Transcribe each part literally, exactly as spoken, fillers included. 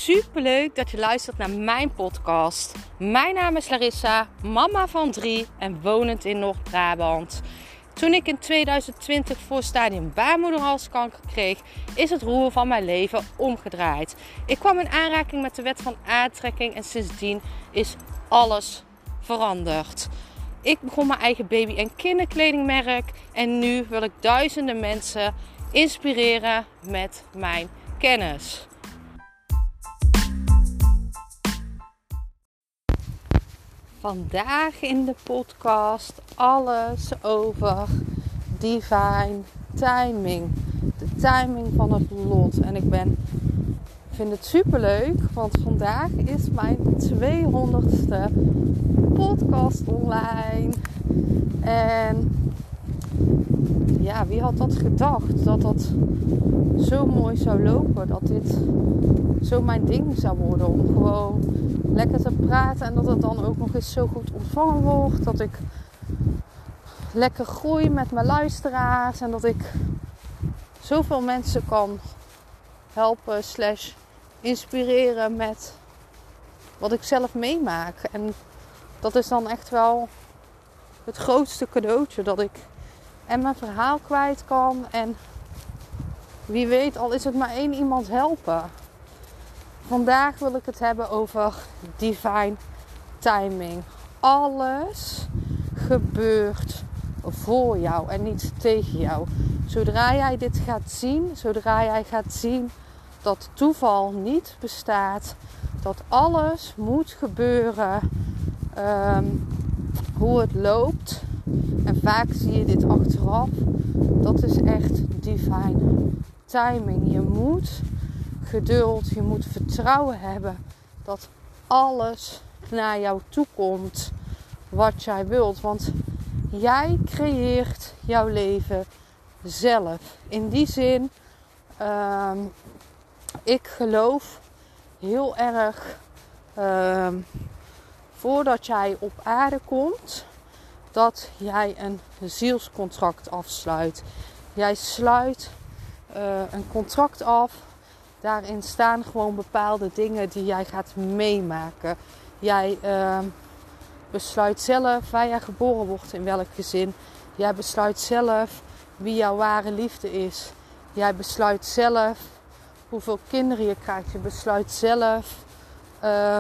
super leuk dat je luistert naar mijn podcast. Mijn naam is Larissa, mama van drie en wonend in Noord-Brabant. Toen ik in tweeduizend twintig voor stadium baarmoederhalskanker kreeg, is het roer van mijn leven omgedraaid. Ik kwam in aanraking met de wet van aantrekking en sindsdien is alles veranderd. Ik begon mijn eigen baby- en kinderkledingmerk en nu wil ik duizenden mensen inspireren met mijn kennis. Vandaag in de podcast alles over divine timing. De timing van het lot. En ik ben, vind het super leuk, want vandaag is mijn tweehonderdste podcast online. En ja, wie had dat gedacht? Dat dat zo mooi zou lopen. Dat dit zo mijn ding zou worden. Om gewoon lekker te praten. En dat het dan ook nog eens zo goed ontvangen wordt. Dat ik lekker groei met mijn luisteraars. En dat ik zoveel mensen kan helpen slash inspireren met wat ik zelf meemaak. En dat is dan echt wel het grootste cadeautje. Dat ik en mijn verhaal kwijt kan. En wie weet, al is het maar één iemand helpen. Vandaag wil ik het hebben over divine timing. Alles gebeurt voor jou en niet tegen jou. Zodra jij dit gaat zien, zodra jij gaat zien dat toeval niet bestaat, dat alles moet gebeuren um, hoe het loopt. En vaak zie je dit achteraf. Dat is echt divine timing. Je moet geduld, je moet vertrouwen hebben dat alles naar jou toe komt wat jij wilt. Want jij creëert jouw leven zelf. In die zin, um, ik geloof heel erg um, voordat jij op aarde komt, dat jij een zielscontract afsluit. Jij sluit uh, een contract af. Daarin staan gewoon bepaalde dingen die jij gaat meemaken. Jij uh, besluit zelf waar jij geboren wordt, in welk gezin. Jij besluit zelf wie jouw ware liefde is. Jij besluit zelf hoeveel kinderen je krijgt. Je besluit zelf uh,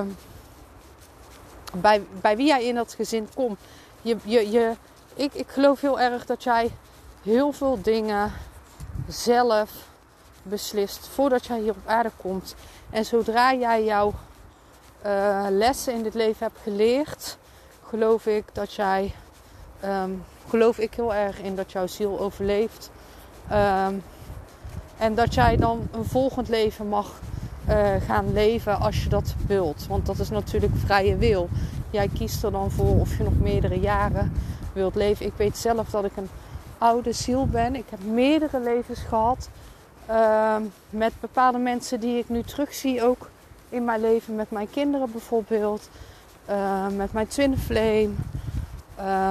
bij, bij wie jij in dat gezin komt. Je, je, je, ik, ik geloof heel erg dat jij heel veel dingen zelf beslist voordat jij hier op aarde komt. En zodra jij jouw uh, lessen in dit leven hebt geleerd, geloof ik dat jij, um, geloof ik heel erg in dat jouw ziel overleeft. Um, en dat jij dan een volgend leven mag uh, gaan leven als je dat wilt. Want dat is natuurlijk vrije wil. Jij kiest er dan voor of je nog meerdere jaren wilt leven. Ik weet zelf dat ik een oude ziel ben. Ik heb meerdere levens gehad. Uh, met bepaalde mensen die ik nu terugzie ook in mijn leven. Met mijn kinderen bijvoorbeeld. Uh, met mijn twin flame. Uh,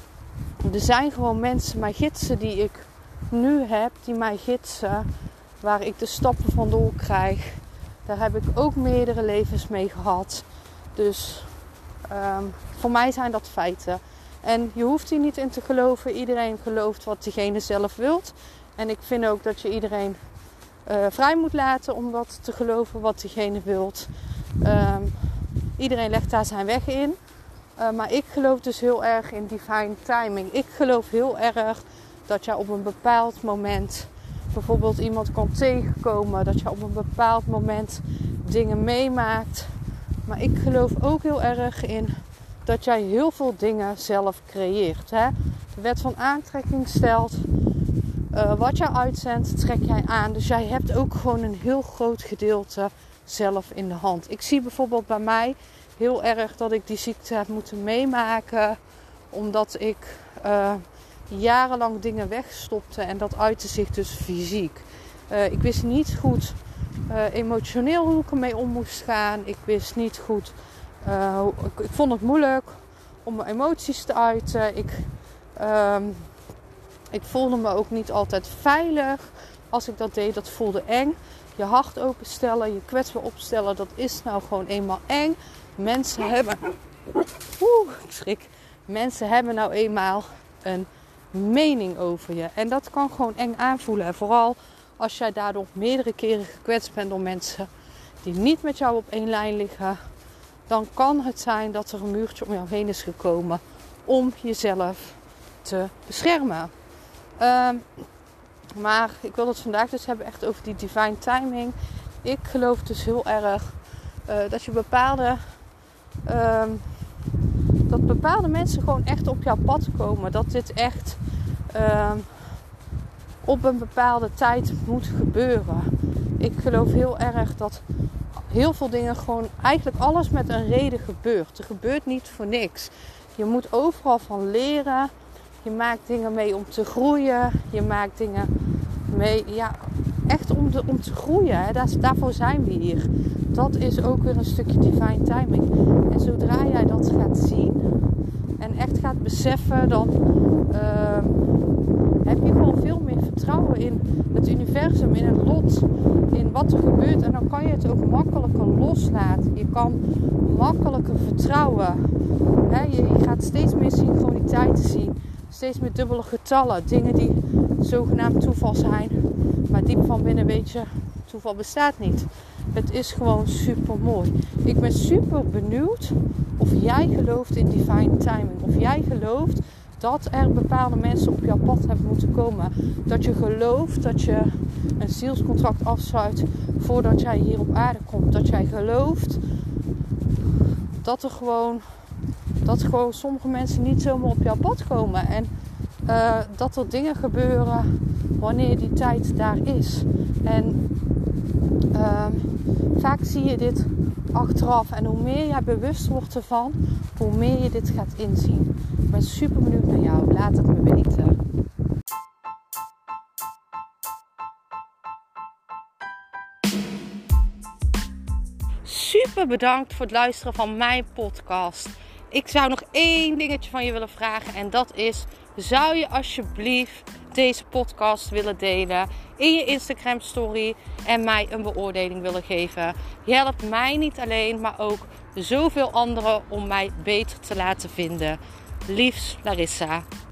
er zijn gewoon mensen, mijn gidsen die ik nu heb. Die mij gidsen. Waar ik de stappen van door krijg. Daar heb ik ook meerdere levens mee gehad. Dus um, voor mij zijn dat feiten. En je hoeft hier niet in te geloven. Iedereen gelooft wat diegene zelf wilt. En ik vind ook dat je iedereen uh, vrij moet laten om dat te geloven wat diegene wilt. Um, iedereen legt daar zijn weg in. Uh, maar ik geloof dus heel erg in divine timing. Ik geloof heel erg dat je op een bepaald moment bijvoorbeeld iemand kan tegenkomen. Dat je op een bepaald moment dingen meemaakt. Maar ik geloof ook heel erg in dat jij heel veel dingen zelf creëert. Hè? De wet van aantrekking stelt, uh, wat jij uitzendt, trek jij aan. Dus jij hebt ook gewoon een heel groot gedeelte zelf in de hand. Ik zie bijvoorbeeld bij mij heel erg dat ik die ziekte heb moeten meemaken. Omdat ik uh, jarenlang dingen wegstopte. En dat uitte zich dus fysiek. Uh, ik wist niet goed uh, emotioneel hoe ik ermee om moest gaan. Ik wist niet goed. Uh, ik, ik vond het moeilijk om mijn emoties te uiten. Ik, uh, ik voelde me ook niet altijd veilig als ik dat deed. Dat voelde eng. je hart openstellen, je kwetsbaar opstellen, dat is nou gewoon eenmaal eng. Mensen hebben... Oeh, ik schrik. Mensen hebben nou eenmaal een mening over je. En dat kan gewoon eng aanvoelen. En vooral als jij daardoor meerdere keren gekwetst bent door mensen die niet met jou op één lijn liggen, dan kan het zijn dat er een muurtje om jou heen is gekomen om jezelf te beschermen. Um, maar ik wil het vandaag dus hebben echt over die divine timing. Ik geloof dus heel erg uh, dat je bepaalde... Um, dat bepaalde mensen gewoon echt op jouw pad komen. Dat dit echt um, op een bepaalde tijd moet gebeuren. Ik geloof heel erg dat heel veel dingen gewoon... Eigenlijk alles met een reden gebeurt. Er gebeurt niet voor niks. Je moet overal van leren. Je maakt dingen mee om te groeien. Je maakt dingen mee... Ja, echt om, de, om te groeien. Hè. Daar, daarvoor zijn we hier. Dat is ook weer een stukje divine timing. En zodra jij dat gaat zien en echt gaat beseffen, dan uh, heb je gewoon veel meer vertrouwen in het universum, in het lot, in wat er gebeurt. En dan kan je het ook makkelijker loslaten. Je kan makkelijker vertrouwen. Hè, je, je gaat steeds meer synchroniteiten zien. Steeds meer dubbele getallen. Dingen die zogenaamd toeval zijn. Maar diep van binnen weet je, toeval bestaat niet. Het is gewoon super mooi. Ik ben super benieuwd of jij gelooft in divine timing. Of jij gelooft dat er bepaalde mensen op jouw pad hebben moeten komen. Dat je gelooft dat je een zielscontract afsluit voordat jij hier op aarde komt. Dat jij gelooft dat er gewoon, dat gewoon sommige mensen niet zomaar op jouw pad komen. En uh, dat er dingen gebeuren wanneer die tijd daar is. En uh, vaak zie je dit achteraf. En hoe meer jij bewust wordt ervan, hoe meer je dit gaat inzien. Ik ben super benieuwd naar jou. Laat het me weten. Super bedankt voor het luisteren van mijn podcast. Ik zou nog één dingetje van je willen vragen. En dat is, zou je alsjeblieft deze podcast willen delen in je Instagram story en mij een beoordeling willen geven. Je helpt mij niet alleen, maar ook zoveel anderen om mij beter te laten vinden. Liefs, Larissa.